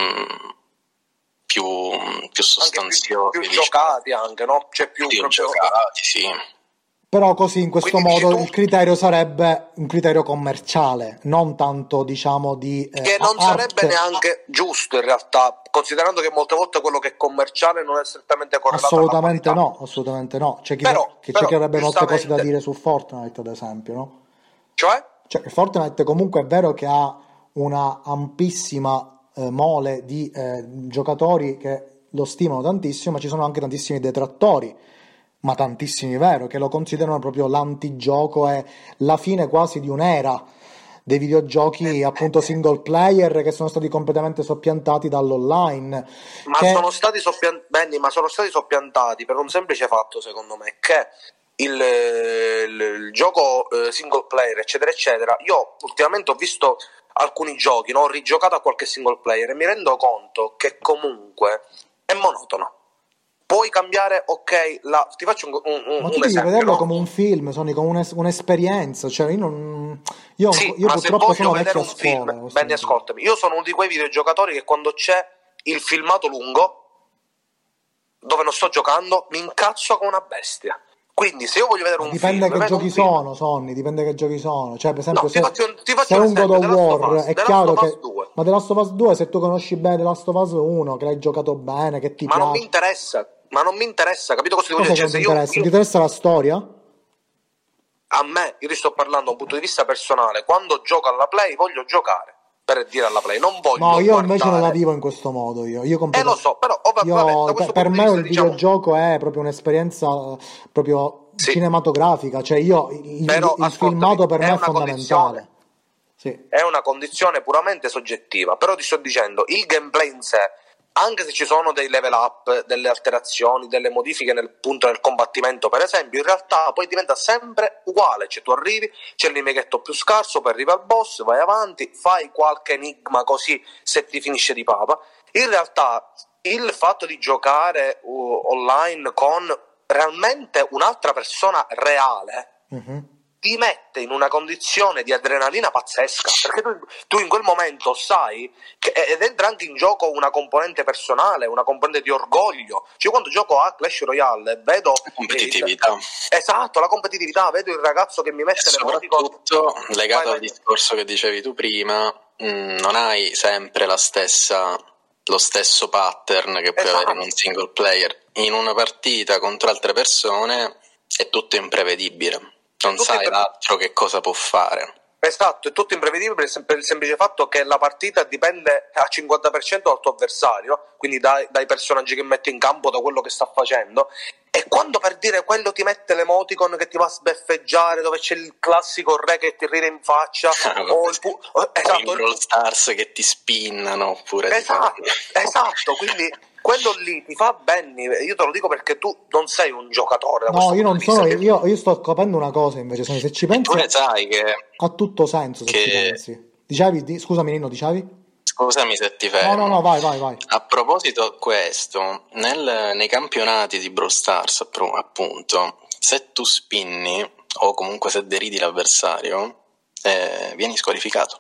sostanziosi, più giocati anche, no? Cioè più giocati, sì. Però così, in questo Quindi modo, il criterio sarebbe un criterio commerciale, non tanto, diciamo, di che non sarebbe neanche giusto in realtà, considerando che molte volte quello che è commerciale non è strettamente correlato assolutamente alla qualità. no, assolutamente no. C'è chi Però, che avrebbe molte cose da giustamente, dire su Fortnite, ad esempio, no? Cioè? Fortnite comunque è vero che ha una ampissima mole di giocatori che lo stimano tantissimo, ma ci sono anche tantissimi detrattori, ma tantissimi, vero, che lo considerano proprio l'antigioco e la fine quasi di un'era dei videogiochi appunto single player, che sono stati completamente soppiantati dall'online. Ma sono stati soppiantati per un semplice fatto, secondo me, che il gioco single player, eccetera eccetera, io ultimamente ho visto alcuni giochi, no? Ho rigiocato a qualche single player e mi rendo conto che comunque è monotono. Puoi cambiare, ok, ti faccio un ma tu esempio, devi vederlo no? come un film, Sony, come un'esperienza, cioè io Sì, io ma se purtroppo voglio sono vedere vecchio un a scuola. film, Benny, ascoltami, io sono uno di quei videogiocatori che quando c'è il filmato lungo, dove non sto giocando, mi incazzo come una bestia. Quindi se io voglio vedere un dipende film, che giochi sono, Sonny, dipende che giochi sono. Cioè, per esempio, no, ti faccio se è un God of War, è chiaro che... 2. Ma The Last of Us 2, se tu conosci bene The Last of Us 1, che l'hai giocato bene, che ti piace... non mi interessa, capito cosa ti voglio dire? Cosa non ti interessa la storia? A me, io ti sto parlando da un punto di vista personale, quando gioco alla Play voglio giocare, per dire alla Play, non voglio No, io guardare. invece non la vivo in questo modo, io lo so, però per me il videogioco è proprio un'esperienza proprio cinematografica, cioè il filmato per me è fondamentale. Sì. È una condizione puramente soggettiva, però ti sto dicendo, il gameplay in sé, anche se ci sono dei level up, delle alterazioni, delle modifiche nel punto del combattimento, per esempio, in realtà poi diventa sempre uguale, cioè tu arrivi, c'è il nemichetto più scarso, poi arriva al boss, vai avanti, fai qualche enigma così se ti finisce di papa. In realtà il fatto di giocare online con realmente un'altra persona reale ti mette in una condizione di adrenalina pazzesca, perché tu in quel momento sai che, ed entra anche in gioco una componente personale, una componente di orgoglio. Cioè, quando gioco a Clash Royale vedo la competitività, esatto, la competitività, vedo il ragazzo che mi mette le mani, soprattutto legato al discorso che dicevi tu prima, non hai sempre lo stesso pattern che puoi avere in un single player. In una partita contro altre persone è tutto imprevedibile, non sai l'altro che cosa può fare. Esatto, è tutto imprevedibile per il semplice fatto che la partita dipende al 50% dal tuo avversario, quindi dai personaggi che metti in campo, da quello che sta facendo. E quando, per dire, quello ti mette l'emoticon che ti va a sbeffeggiare, dove c'è il classico re che ti ride in faccia, o in Brawl Stars che ti spinnano, oppure esatto, quindi quello lì ti fa bene. Io te lo dico perché tu non sei un giocatore. No, io non sono. Io sto capendo una cosa invece. Se ci pensi, sai che ha tutto senso. Se ci pensi, dicevi, scusami, Nino, dicevi? Scusami se ti fermo. No, vai. A proposito di questo, nei campionati di Brawl Stars, appunto, se tu spinni o comunque se deridi l'avversario, vieni squalificato.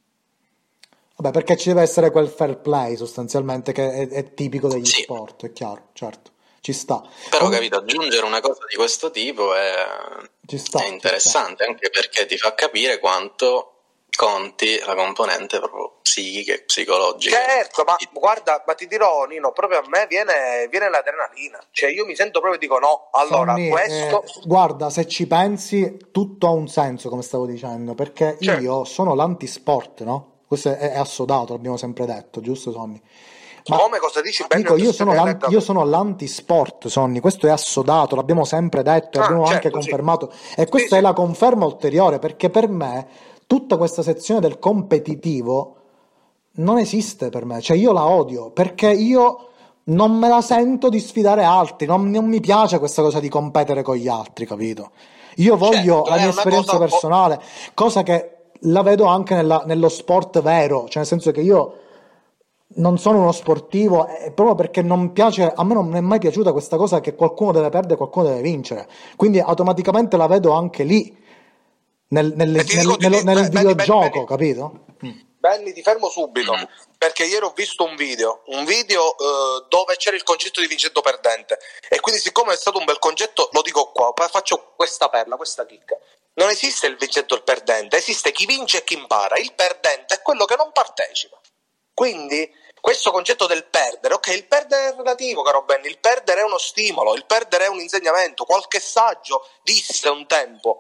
Vabbè, perché ci deve essere quel fair play sostanzialmente che è tipico degli sport, è chiaro, certo, ci sta. Però, capito, aggiungere una cosa di questo tipo è interessante, anche perché ti fa capire quanto conti la componente proprio psichica e psicologica. Certo, ma guarda, ma ti dirò, Nino, proprio a me viene l'adrenalina, cioè io mi sento proprio e dico no, allora Sonny, questo... guarda, se ci pensi tutto ha un senso, come stavo dicendo, perché io sono l'antisport, no? Questo è assodato, l'abbiamo sempre detto, giusto, Sonny? Ma come, cosa dici? Dico, io sono l'antisport, Sonny, questo è assodato, l'abbiamo sempre detto, l'abbiamo anche confermato, e questa è la conferma ulteriore, perché per me tutta questa sezione del competitivo non esiste per me, cioè io la odio, perché io non me la sento di sfidare altri, non mi piace questa cosa di competere con gli altri, capito? Io voglio la mia esperienza personale, cosa che la vedo anche nello sport vero, cioè nel senso che io non sono uno sportivo, proprio perché non piace, a me non è mai piaciuta questa cosa che qualcuno deve perdere e qualcuno deve vincere, quindi automaticamente la vedo anche lì nel videogioco, capito? Benny, ti fermo subito, perché ieri ho visto un video dove c'era il concetto di vincente o perdente, e quindi siccome è stato un bel concetto lo dico qua, faccio questa perla, questa chicca. Non esiste il vincente o il perdente, esiste chi vince e chi impara. Il perdente è quello che non partecipa. Quindi questo concetto del perdere, ok, il perdere è relativo, caro Benny, il perdere è uno stimolo, il perdere è un insegnamento. Qualche saggio disse un tempo,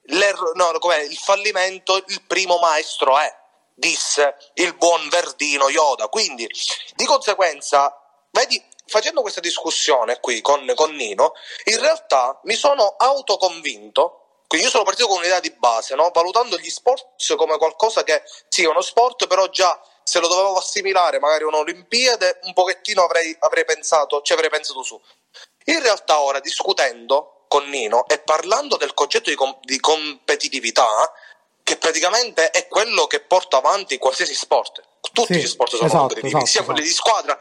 il fallimento il primo maestro è, disse il buon Verdino Yoda. Quindi di conseguenza, vedi, facendo questa discussione qui con Nino, in realtà mi sono autoconvinto. Quindi io sono partito con un'idea di base, no? Valutando gli sport come qualcosa che sì, è uno sport, però già se lo dovevo assimilare magari a un'Olimpiade, un pochettino avrei pensato su. In realtà ora, discutendo con Nino e parlando del concetto di competitività, che praticamente è quello che porta avanti qualsiasi sport. Tutti gli sport sono competitivi, sia quelli di squadra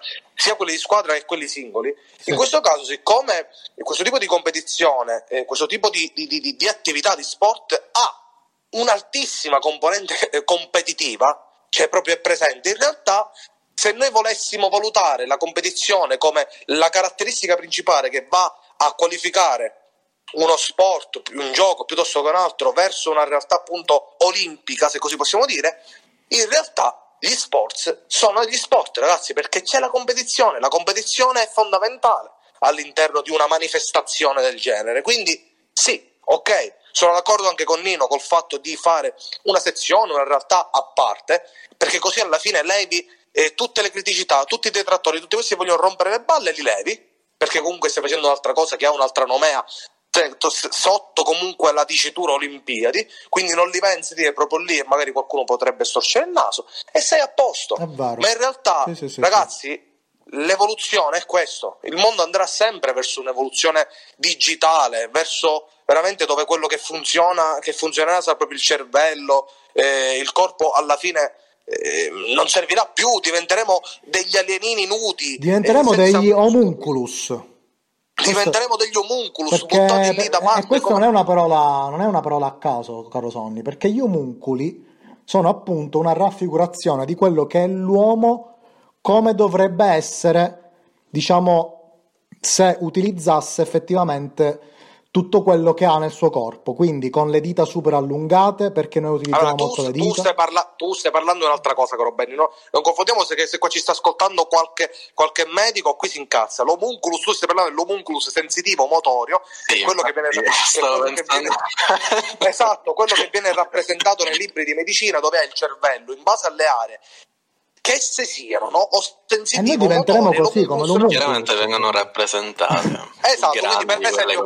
che quelli singoli. Sì. In questo caso, siccome questo tipo di competizione, questo tipo di attività di sport ha un'altissima componente competitiva, cioè proprio è presente, in realtà se noi volessimo valutare la competizione come la caratteristica principale che va a qualificare uno sport, un gioco piuttosto che un altro, verso una realtà appunto olimpica, se così possiamo dire, in realtà gli sport sono gli sport, ragazzi, perché c'è la competizione è fondamentale all'interno di una manifestazione del genere. Quindi sì, ok, sono d'accordo anche con Nino col fatto di fare una sezione, una realtà a parte, perché così alla fine levi tutte le criticità, tutti i detrattori, tutti questi che vogliono rompere le balle, li levi, perché comunque stai facendo un'altra cosa che ha un'altra nomea sotto comunque la dicitura Olimpiadi, quindi non li pensi dire proprio lì e magari qualcuno potrebbe storcere il naso e sei a posto. Ma in realtà ragazzi, l'evoluzione è questo, il mondo andrà sempre verso un'evoluzione digitale, verso veramente dove quello che funzionerà sarà proprio il cervello, il corpo alla fine non servirà più, diventeremo degli alienini nudi, diventeremo degli homunculus. Diventeremo degli homunculus buttati lì da Marte. E questa non è una parola a caso, caro Sonny, perché gli homunculi sono appunto una raffigurazione di quello che è l'uomo come dovrebbe essere, diciamo, se utilizzasse effettivamente tutto quello che ha nel suo corpo, quindi con le dita super allungate, perché noi utilizziamo molto le dita. Tu stai parlando di un'altra cosa, caro Benny, no? Non confondiamo se qua ci sta ascoltando qualche medico, qui si incazza. L'homunculus, tu stai parlando dell'homunculus sensitivo motorio, sì, quello che viene esatto, quello che viene rappresentato nei libri di medicina, dove è il cervello in base alle aree che esse siano, no? O sensitivo, e noi diventeremo motorio, così come l'homunculus. Chiaramente vengono rappresentate. Esatto, quindi per esempio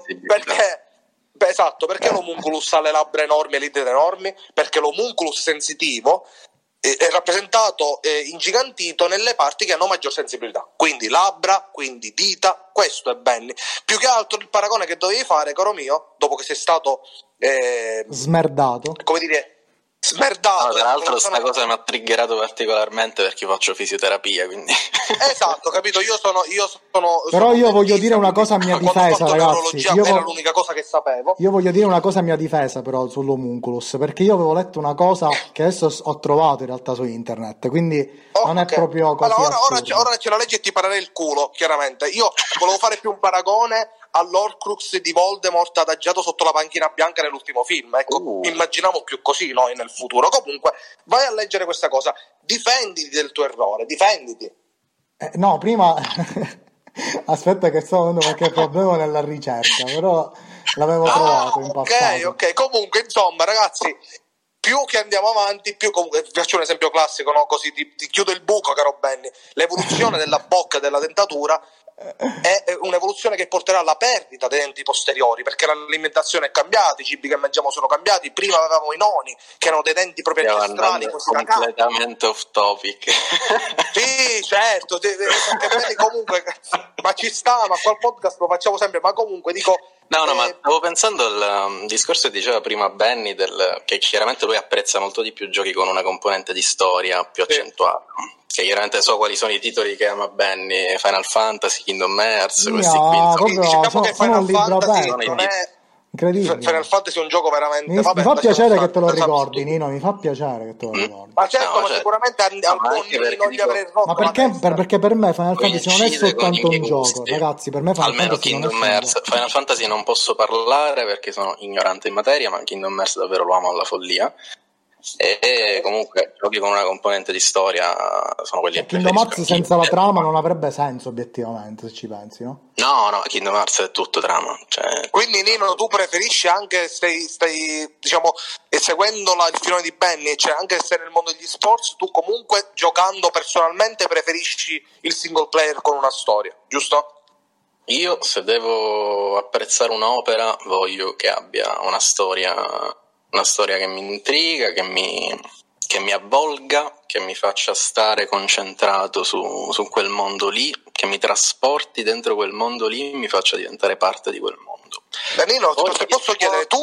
perché l'homunculus ha le labbra enormi e le dita enormi? Perché l'homunculus sensitivo è rappresentato ingigantito nelle parti che hanno maggior sensibilità, quindi labbra, quindi dita. Questo è Benny. Più che altro il paragone che dovevi fare, caro mio, dopo che sei stato smerdato, come dire, smerdato. No, tra l'altro questa cosa mi ha triggerato particolarmente perché faccio fisioterapia, quindi esatto, capito, io sono però io voglio dire una cosa a mia difesa, ragazzi, era l'unica cosa che sapevo. Io voglio dire una cosa a mia difesa però sull'homunculus, perché io avevo letto una cosa che adesso ho trovato in realtà su internet, quindi non è proprio così. Allora, ora c'è la legge e ti parerei il culo, chiaramente. Io volevo fare più un paragone all'Horcrux di Voldemort adagiato sotto la panchina bianca nell'ultimo film, ecco, immaginiamo più così noi nel futuro. Comunque vai a leggere questa cosa, difenditi del tuo errore, difenditi. No, prima aspetta che sto avendo qualche problema nella ricerca, però l'avevo trovato in passato. Ok, comunque insomma ragazzi, più che andiamo avanti, più comunque, faccio un esempio classico, no? Così ti chiudo il buco, caro Benny. L'evoluzione della bocca e della dentatura è un'evoluzione che porterà alla perdita dei denti posteriori, perché l'alimentazione è cambiata, i cibi che mangiamo sono cambiati. Prima avevamo i noni che erano dei denti proprio ancestrali, completamente off topic. Sì, certo, perché comunque, ma ci sta, ma qual podcast lo facciamo sempre, ma comunque dico. No, ma stavo pensando al discorso che diceva prima Benny, che chiaramente lui apprezza molto di più giochi con una componente di storia più accentuata. Che chiaramente so quali sono i titoli che ama Benny: Final Fantasy, Kingdom Hearts, questi qui. Diciamo che Final Fantasy non è incredibile. Final Fantasy è un gioco veramente. Mi fa piacere che te lo ricordi, Nino. Mi fa piacere che te lo ricordi. Ma certo, sicuramente alcuni non li avrei rotto. Ma perché per me Final Fantasy non è soltanto un gioco, ragazzi. Per me almeno Kingdom Hearts. Final Fantasy non posso parlare perché sono ignorante in materia, ma Kingdom Hearts davvero lo amo alla follia. E comunque giochi con una componente di storia sono quelli che Kingdom Hearts senza la trama non avrebbe senso obiettivamente, se ci pensi, no? No, Kingdom Hearts è tutto trama, cioè. Quindi Nino, tu preferisci, anche stai diciamo seguendo il filone di Benny, cioè anche se nel mondo degli sports, tu comunque giocando personalmente preferisci il single player con una storia, giusto? Io, se devo apprezzare un'opera, voglio che abbia una storia che mi intriga, che mi avvolga, che mi faccia stare concentrato su quel mondo lì, che mi trasporti dentro quel mondo lì e mi faccia diventare parte di quel mondo. Danilo, se posso chiedere, tu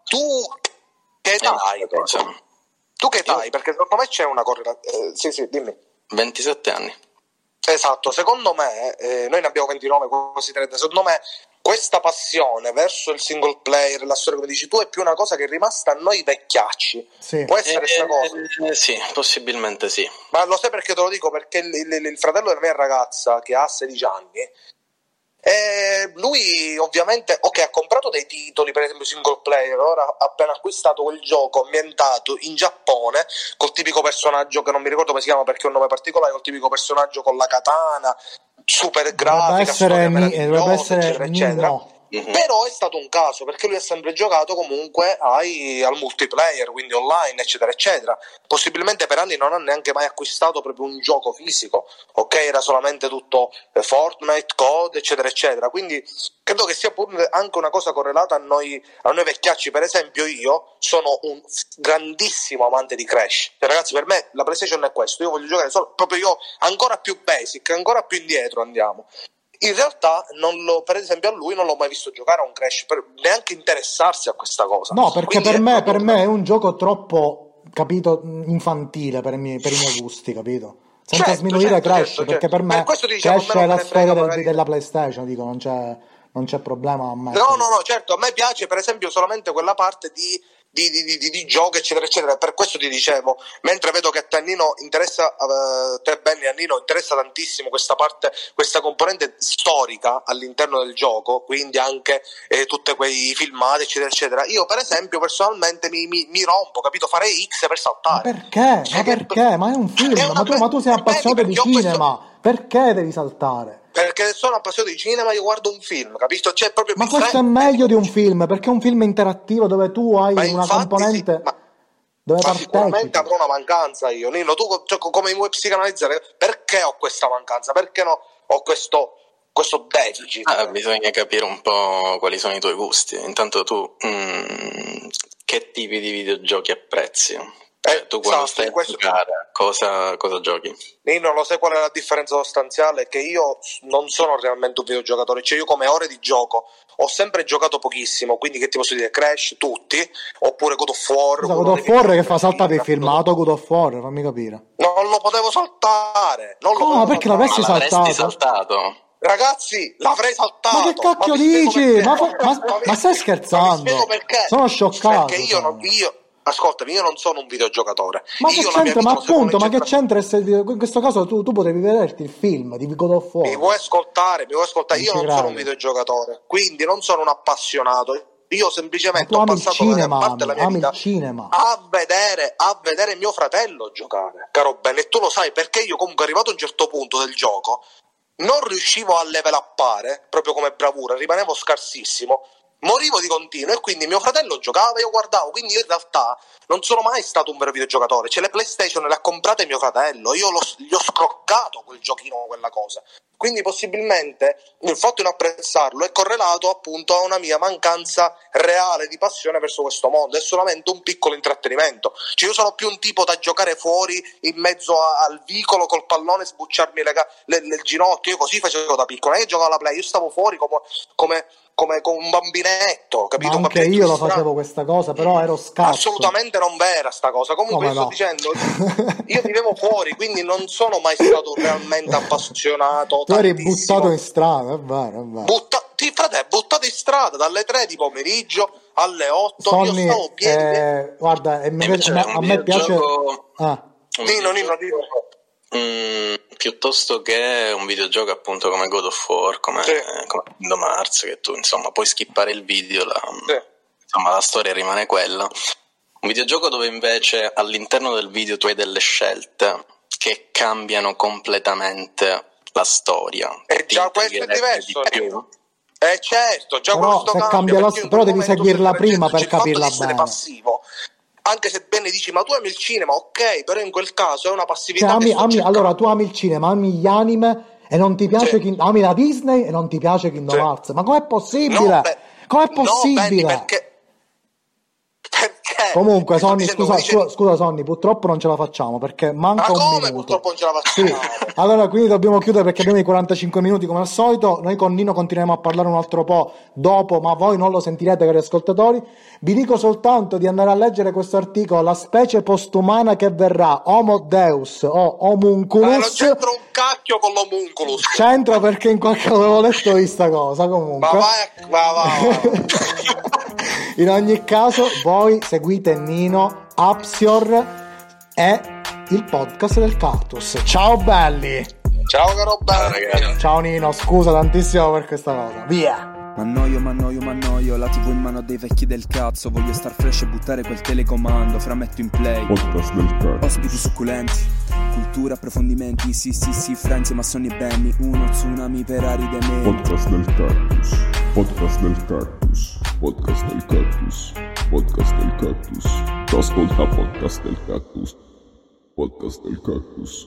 che età hai? Tu che età hai? Perché secondo me c'è una correlazione. Sì, dimmi. 27 anni. Esatto, secondo me, noi ne abbiamo 29, quasi 30, secondo me questa passione verso il single player, la storia come dici tu, è più una cosa che è rimasta a noi vecchiacci. Sì. Può essere questa cosa? Sì, possibilmente sì. Ma lo sai perché te lo dico? Perché il fratello della mia ragazza, che ha 16 anni, lui ovviamente ha comprato dei titoli, per esempio single player. Ora ha appena acquistato quel gioco ambientato in Giappone col tipico personaggio che non mi ricordo come si chiama perché è un nome particolare, col tipico personaggio con la katana, super grafica, dovrebbe essere eccetera. Però è stato un caso, perché lui ha sempre giocato comunque al multiplayer, quindi online, eccetera eccetera. Possibilmente per anni non ha neanche mai acquistato proprio un gioco fisico, ok? Era solamente tutto Fortnite, COD, eccetera eccetera. Quindi credo che sia pure anche una cosa correlata a noi vecchiacci. Per esempio io sono un grandissimo amante di Crash, ragazzi. Per me la PlayStation è questo, io voglio giocare proprio io ancora più basic, ancora più indietro andiamo. In realtà per esempio a lui non l'ho mai visto giocare a un Crash, neanche interessarsi a questa cosa. No, perché per me è un gioco troppo, capito, infantile per i miei gusti, capito? Senza sminuire Crash, perché per me Crash è la storia della PlayStation, dico, non c'è problema a me. No, certo, a me piace per esempio solamente quella parte di gioco, eccetera eccetera. Per questo ti dicevo, mentre vedo che a te Nino interessa, te Benny, a Nino interessa tantissimo questa parte, questa componente storica all'interno del gioco, quindi anche tutti quei filmati eccetera eccetera. Io per esempio personalmente mi rompo, capito, farei X per saltare. Ma perché? Ma è un film, ma tu sei appassionato di cinema, perché devi saltare? Perché sono appassionato di cinema, io guardo un film, capito? Cioè, proprio ma questo è meglio di un film, perché è un film interattivo dove tu hai una componente dove partecipi. Sicuramente avrò una mancanza io, Nino, tu come mi vuoi psicanalizzare? Perché ho questa mancanza? Perché no? Ho questo deficit? Bisogna capire un po' quali sono i tuoi gusti. Intanto tu che tipi di videogiochi apprezzi? Tu quando stai a giocare, cosa giochi? Nino, lo sai qual è la differenza sostanziale? Che io non sono realmente un videogiocatore, cioè io come ore di gioco ho sempre giocato pochissimo, quindi che ti posso dire, Crash, tutti, oppure God of War. God of War che fa saltare il filmato, God of War, fammi capire. Non lo potevo saltare. Ma perché l'avresti saltato? Ragazzi, l'avrei saltato. Ma che cacchio dici? Ma stai scherzando? Sono scioccato. Perché ascoltami, io non sono un videogiocatore. Ma che c'entra? Ma appunto, ma che c'entra in questo caso tu potevi vederti il film di God of War. Mi vuoi ascoltare? Io non sono un videogiocatore, quindi non sono un appassionato. Io semplicemente ho passato la parte della mia vita a vedere mio fratello giocare, caro Ben, e tu lo sai, perché io comunque arrivato a un certo punto del gioco non riuscivo a level uppare proprio come bravura, rimanevo scarsissimo. morivo di continuo, e quindi mio fratello giocava, io guardavo, quindi io in realtà non sono mai stato un vero videogiocatore. Cioè le PlayStation le ha comprate mio fratello, io gli ho scroccato quel giochino, quella cosa. Quindi possibilmente il fatto di non apprezzarlo è correlato appunto a una mia mancanza reale di passione verso questo mondo, è solamente un piccolo intrattenimento. Cioè io sono più un tipo da giocare fuori in mezzo al vicolo col pallone, sbucciarmi le ginocchia, io così facevo da piccolo, non è che giocavo alla Play, io stavo fuori come un bambinetto, capito? Ma anche io lo facevo questa cosa, però ero scarso. Assolutamente non vera sta cosa. Comunque io sto dicendo, io vivevo fuori, quindi non sono mai stato realmente appassionato. Tu eri buttato in strada, è vero. Buttato in strada dalle 3 di pomeriggio alle 8. Sonny, io stavo pieno. Guarda, a me piace. Nino. Piuttosto che un videogioco appunto come God of War, come Kingdom Hearts, che tu insomma puoi skippare il video, la storia rimane quella. Un videogioco dove invece all'interno del video tu hai delle scelte che cambiano completamente la storia. E già questo è diverso. Certo, già però questo cambia, però devi seguirla prima per capirla bene. Passivo. Anche se bene dici, ma tu ami il cinema, ok, però in quel caso è una passività. Allora tu ami il cinema, ami gli anime e non ti piace ami la Disney e non ti piace Kingdom Hearts. Ma com'è possibile? Com'è possibile? Perché? Comunque Sonny, scusa Sonny, purtroppo non ce la facciamo perché manca un minuto. Purtroppo non ce la facciamo? Sì. Allora quindi dobbiamo chiudere perché abbiamo i 45 minuti come al solito. Noi con Nino continueremo a parlare un altro po' dopo, ma voi non lo sentirete, cari ascoltatori. Vi dico soltanto di andare a leggere questo articolo, La specie postumana che verrà, Homo Deus o Homunculus. Non c'entra un cacchio con l'homunculus. C'entra perché in qualche modo avevo letto questa cosa, comunque. Va. In ogni caso, voi seguite Nino, Apsior e il podcast del Cactus. Ciao belli! Ciao caro belli! Ciao Nino, scusa tantissimo per questa cosa. Via! M'annoio, la TV in mano a dei vecchi del cazzo. Voglio star fresh e buttare quel telecomando. Frametto in play podcast del cazzo. Ospiti succulenti, cultura, approfondimenti. Sì, Franzi, Massoni e Benny. Uno tsunami per aride menti. Podcast del cactus. Ascolta podcast del cactus. Podcast del cactus.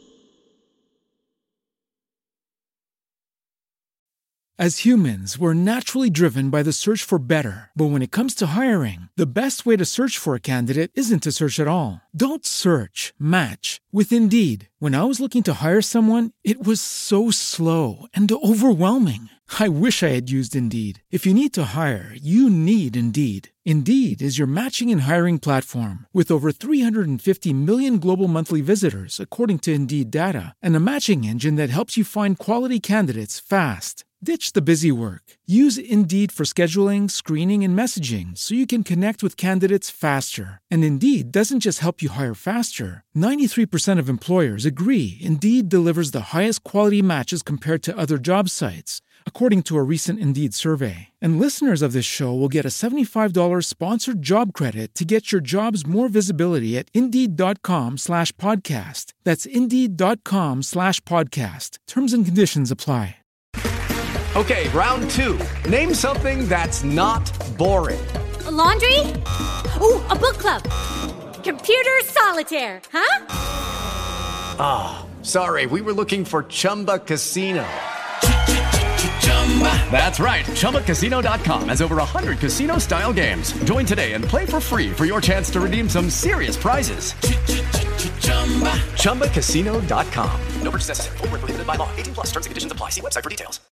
As humans, we're naturally driven by the search for better. But when it comes to hiring, the best way to search for a candidate isn't to search at all. Don't search, match with Indeed. When I was looking to hire someone, it was so slow and overwhelming. I wish I had used Indeed. If you need to hire, you need Indeed. Indeed is your matching and hiring platform with over 350 million global monthly visitors, according to Indeed data, and a matching engine that helps you find quality candidates fast. Ditch the busy work. Use Indeed for scheduling, screening, and messaging so you can connect with candidates faster. And Indeed doesn't just help you hire faster. 93% of employers agree Indeed delivers the highest quality matches compared to other job sites, according to a recent Indeed survey. And listeners of this show will get a $75 sponsored job credit to get your jobs more visibility at Indeed.com/podcast. That's Indeed.com/podcast. Terms and conditions apply. Okay, round two. Name something that's not boring. A laundry? Ooh, a book club. Computer solitaire, huh? Sorry, we were looking for Chumba Casino. That's right, ChumbaCasino.com has over 100 casino-style games. Join today and play for free for your chance to redeem some serious prizes. ChumbaCasino.com. No purchase necessary. Void where prohibited by law. 18+ terms and conditions apply. See website for details.